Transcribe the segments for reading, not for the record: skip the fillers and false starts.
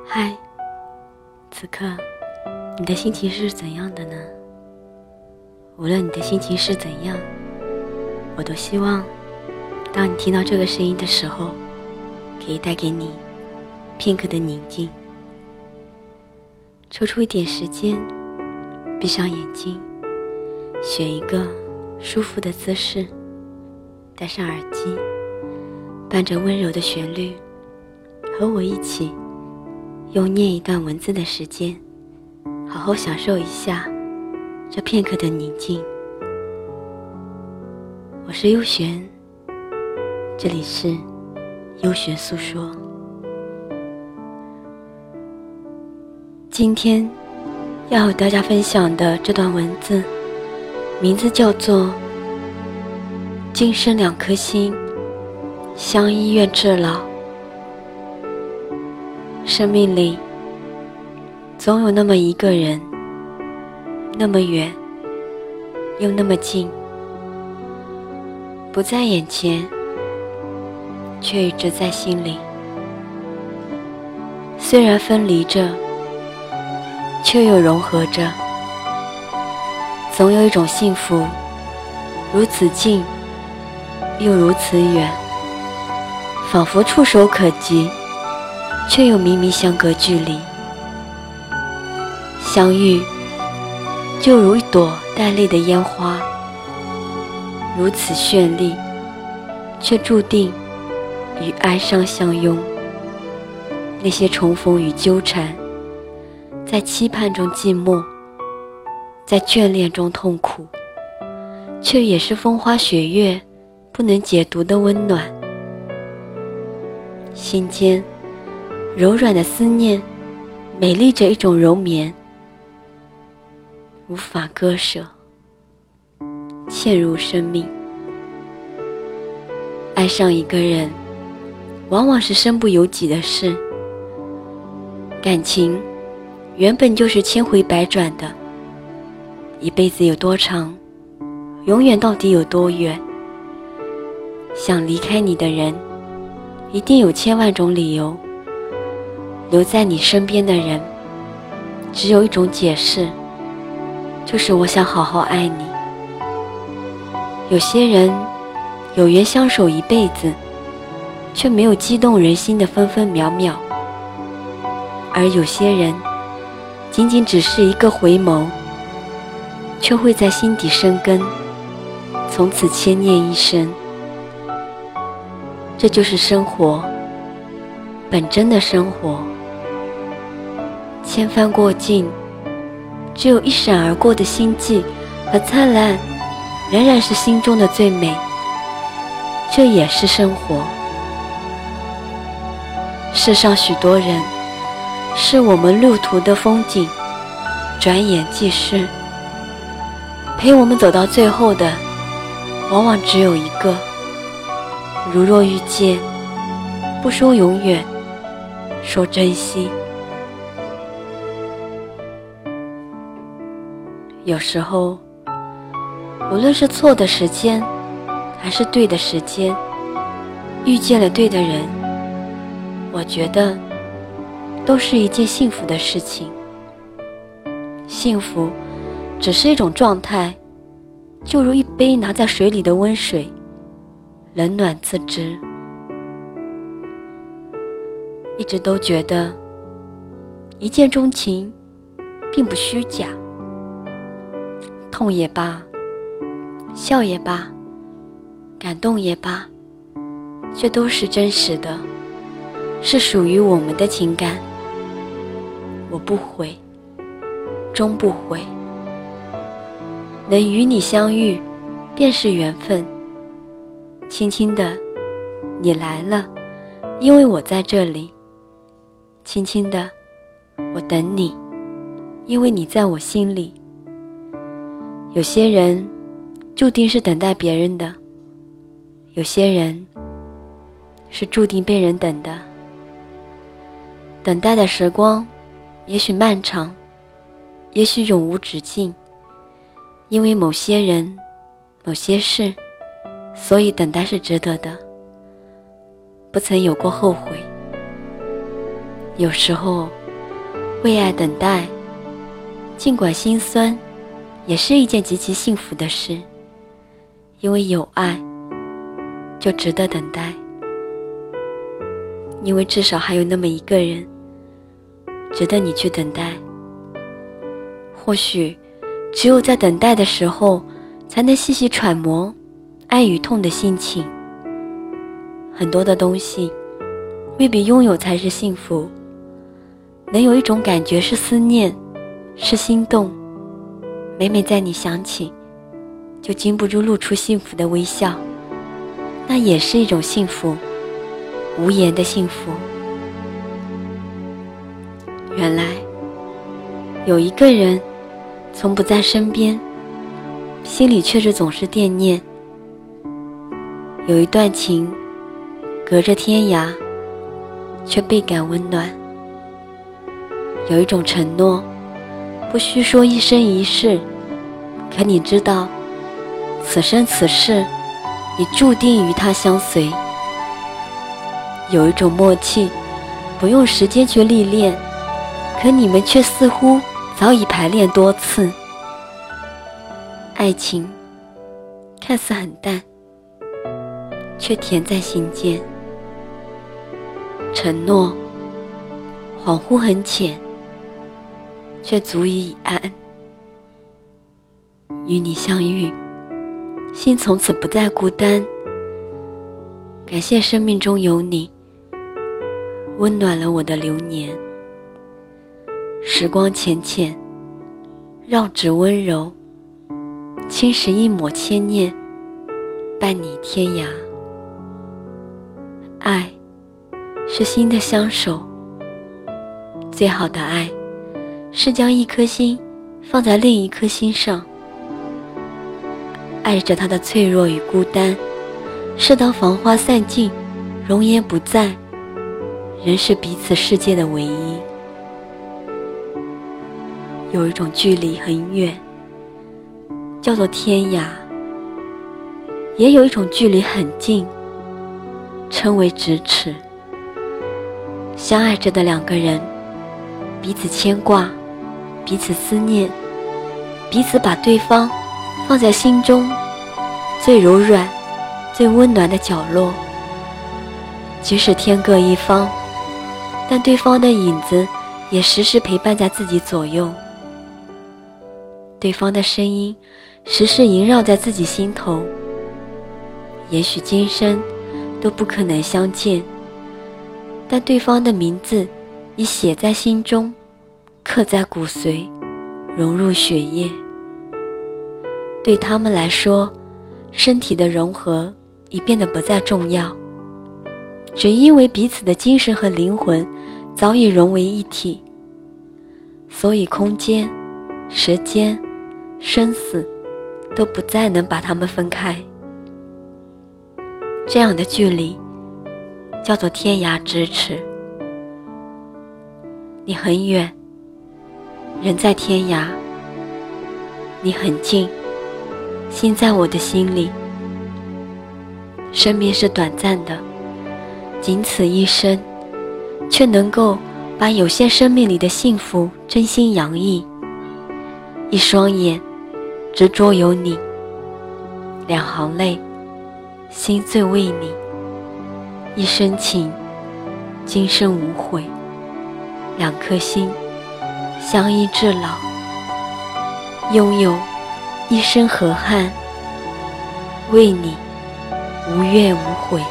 嗨，此刻你的心情是怎样的呢？无论你的心情是怎样，我都希望当你听到这个声音的时候，可以带给你片刻的宁静。抽出一点时间，闭上眼睛，选一个舒服的姿势，戴上耳机，伴着温柔的旋律，和我一起用念一段文字的时间，好好享受一下这片刻的宁静。我是幽璇，这里是幽璇诉说。今天要和大家分享的这段文字，名字叫做今生两颗心，相依愿至老。生命里总有那么一个人，那么远又那么近，不在眼前，却一直在心里。虽然分离着，却又融合着。总有一种幸福，如此近又如此远，仿佛触手可及，却又明明相隔距离。相遇就如一朵带泪的烟花，如此绚丽，却注定与哀伤相拥。那些重逢与纠缠，在期盼中寂寞，在眷恋中痛苦，却也是风花雪月不能解读的温暖。心间柔软的思念，美丽着一种柔绵，无法割舍，嵌入生命。爱上一个人，往往是身不由己的事。感情原本就是千回百转的，一辈子有多长，永远到底有多远？想离开你的人，一定有千万种理由。留在你身边的人，只有一种解释，就是我想好好爱你。有些人有缘相守一辈子，却没有激动人心的分分秒秒。而有些人仅仅只是一个回眸，却会在心底生根，从此牵念一生。这就是生活，本真的生活。千帆过尽，只有一闪而过的星际和灿烂，仍然是心中的最美。这也是生活。世上许多人，是我们路途的风景，转眼即逝。陪我们走到最后的，往往只有一个。如若遇见，不说永远，说珍惜。有时候，无论是错的时间，还是对的时间，遇见了对的人，我觉得都是一件幸福的事情。幸福只是一种状态，就如一杯拿在水里的温水，冷暖自知。一直都觉得一见钟情并不虚假，痛也罢，笑也罢，感动也罢，这都是真实的，是属于我们的情感。我不悔，终不悔。能与你相遇，便是缘分。轻轻的，你来了，因为我在这里。轻轻的，我等你，因为你在我心里。有些人注定是等待别人的，有些人是注定被人等的。等待的时光也许漫长，也许永无止境，因为某些人，某些事，所以等待是值得的，不曾有过后悔。有时候为爱等待，尽管心酸，也是一件极其幸福的事，因为有爱，就值得等待。因为至少还有那么一个人，值得你去等待。或许，只有在等待的时候，才能细细揣摩爱与痛的心情。很多的东西，未必拥有才是幸福。能有一种感觉是思念，是心动，每每在你想起，就禁不住露出幸福的微笑，那也是一种幸福，无言的幸福。原来，有一个人从不在身边，心里却是总是惦念。有一段情，隔着天涯，却倍感温暖。有一种承诺，不需说一生一世，可你知道，此生此世，你注定与他相随。有一种默契，不用时间去历练，可你们却似乎早已排练多次。爱情看似很淡，却甜在心间。承诺恍惚很浅，却足以以安。与你相遇，心从此不再孤单。感谢生命中有你，温暖了我的流年。时光浅浅，绕指温柔，轻拾一抹牵念，伴你天涯。爱是心的相守，最好的爱是将一颗心放在另一颗心上，爱着它的脆弱与孤单，是当繁花散尽，容颜不在，仍是彼此世界的唯一。有一种距离很远，叫做天涯，也有一种距离很近，称为咫尺。相爱着的两个人，彼此牵挂，彼此思念，彼此把对方放在心中最柔软最温暖的角落。即使天各一方，但对方的影子也时时陪伴在自己左右，对方的声音时时萦绕在自己心头。也许今生都不可能相见，但对方的名字已写在心中，刻在骨髓，融入血液。对他们来说，身体的融合已变得不再重要，只因为彼此的精神和灵魂早已融为一体，所以空间、时间、生死都不再能把他们分开。这样的距离叫做天涯咫尺。你很远，人在天涯；你很近，心在我的心里。生命是短暂的，仅此一生，却能够把有限生命里的幸福真心洋溢。一双眼执着有你，两行泪心醉为你，一生情今生无悔，两颗心相依至老，拥有一生河汉，为你无怨无悔。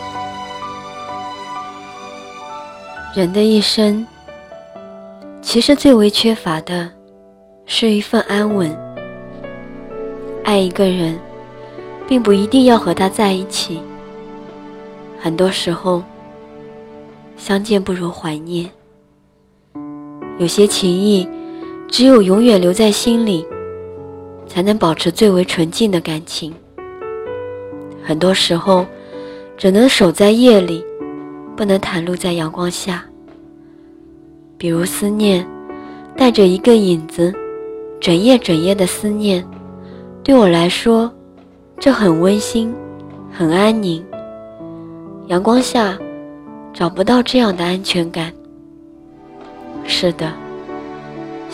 人的一生其实最为缺乏的是一份安稳。爱一个人并不一定要和他在一起，很多时候相见不如怀念。有些情谊只有永远留在心里，才能保持最为纯净的感情。很多时候只能守在夜里，不能袒露在阳光下。比如思念带着一个影子，整夜整夜的思念，对我来说这很温馨，很安宁。阳光下找不到这样的安全感。是的，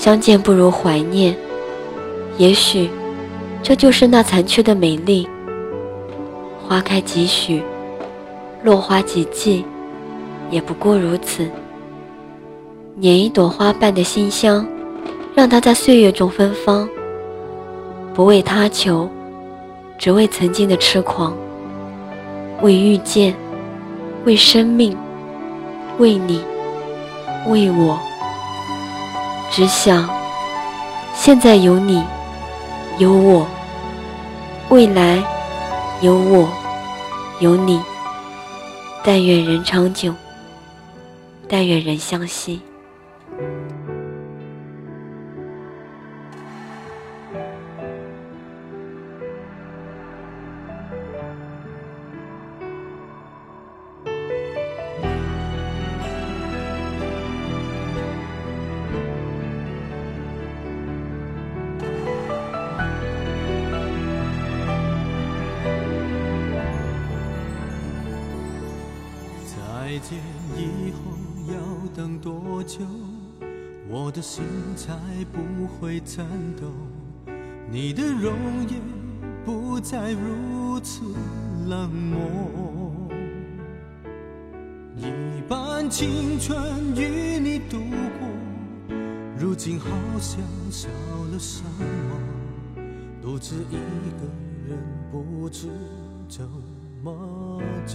相见不如怀念，也许这就是那残缺的美丽。花开几许，落花几季，也不过如此。捻一朵花瓣的馨香，让它在岁月中芬芳，不为他求，只为曾经的痴狂，为遇见，为生命，为你，为我。只想现在有你，有我，未来有我，有你。但愿人长久，但愿人相惜。 再见以后要等多久，我的心才不会颤抖，你的容颜不再如此冷漠，一半青春与你度过，如今好像少了什么，独自一个人不知怎么走，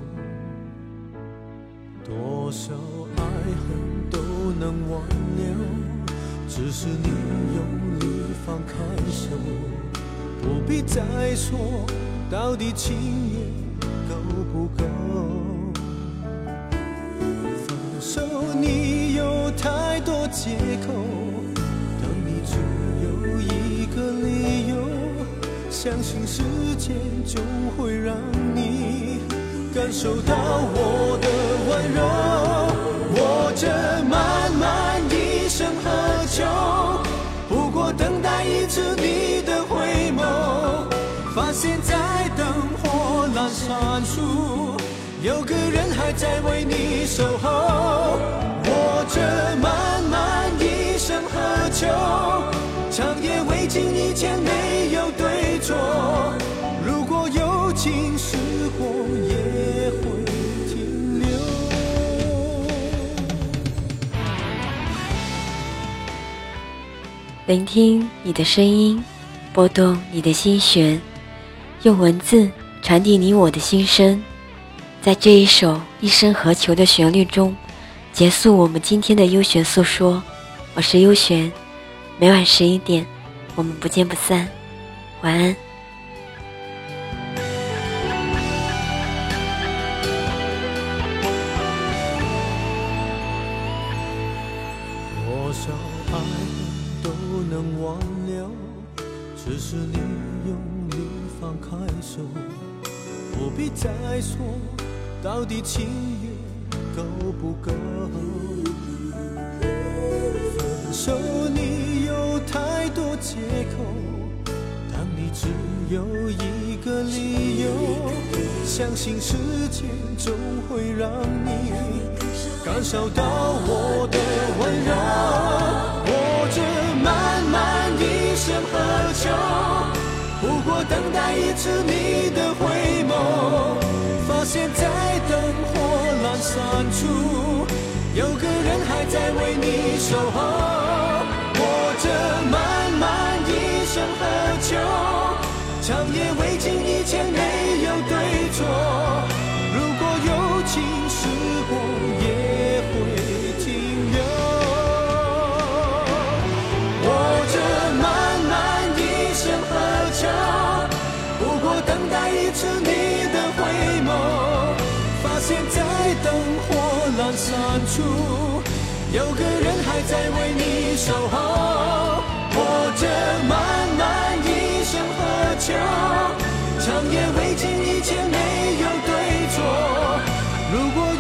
多少爱恨都能挽留，只是你用力放开手，不必再说到底情也够不够。分手你有太多借口，等你只有一个理由，相信时间总会让你感受到我的温柔。我这漫漫一生何求，不过等待一次你的回眸，发现在灯火阑珊处，有个人还在为你守候。我这漫漫一生何求，长夜未尽以前没有对错，如果有情时光也会停留。 聆听你的声音，拨动你的心弦，用文字传递你我的心声，在这一首一生何求的旋律中结束我们今天的悠璇诉说。我是悠璇，每晚11点我们不见不散，晚安。 多少爱恨都能挽留，只是你用力放开手，不必再说到底情缘够不够。分手你有太多借口，当你只有一个理由，相信时间总会让你感受到我的温柔。我这漫漫一生何求，不过等待一次你的回眸，发现在灯火阑珊处，有个人还在为你守候。我这漫漫一生何求，长夜未尽以前没有对错，如果有情时光也会停留。我这漫漫一生何求，不过等待一次你的回眸，发现在灯火阑珊处，有个人还在为你守候。我这漫漫一生何求，长夜未尽以前没有对错，如果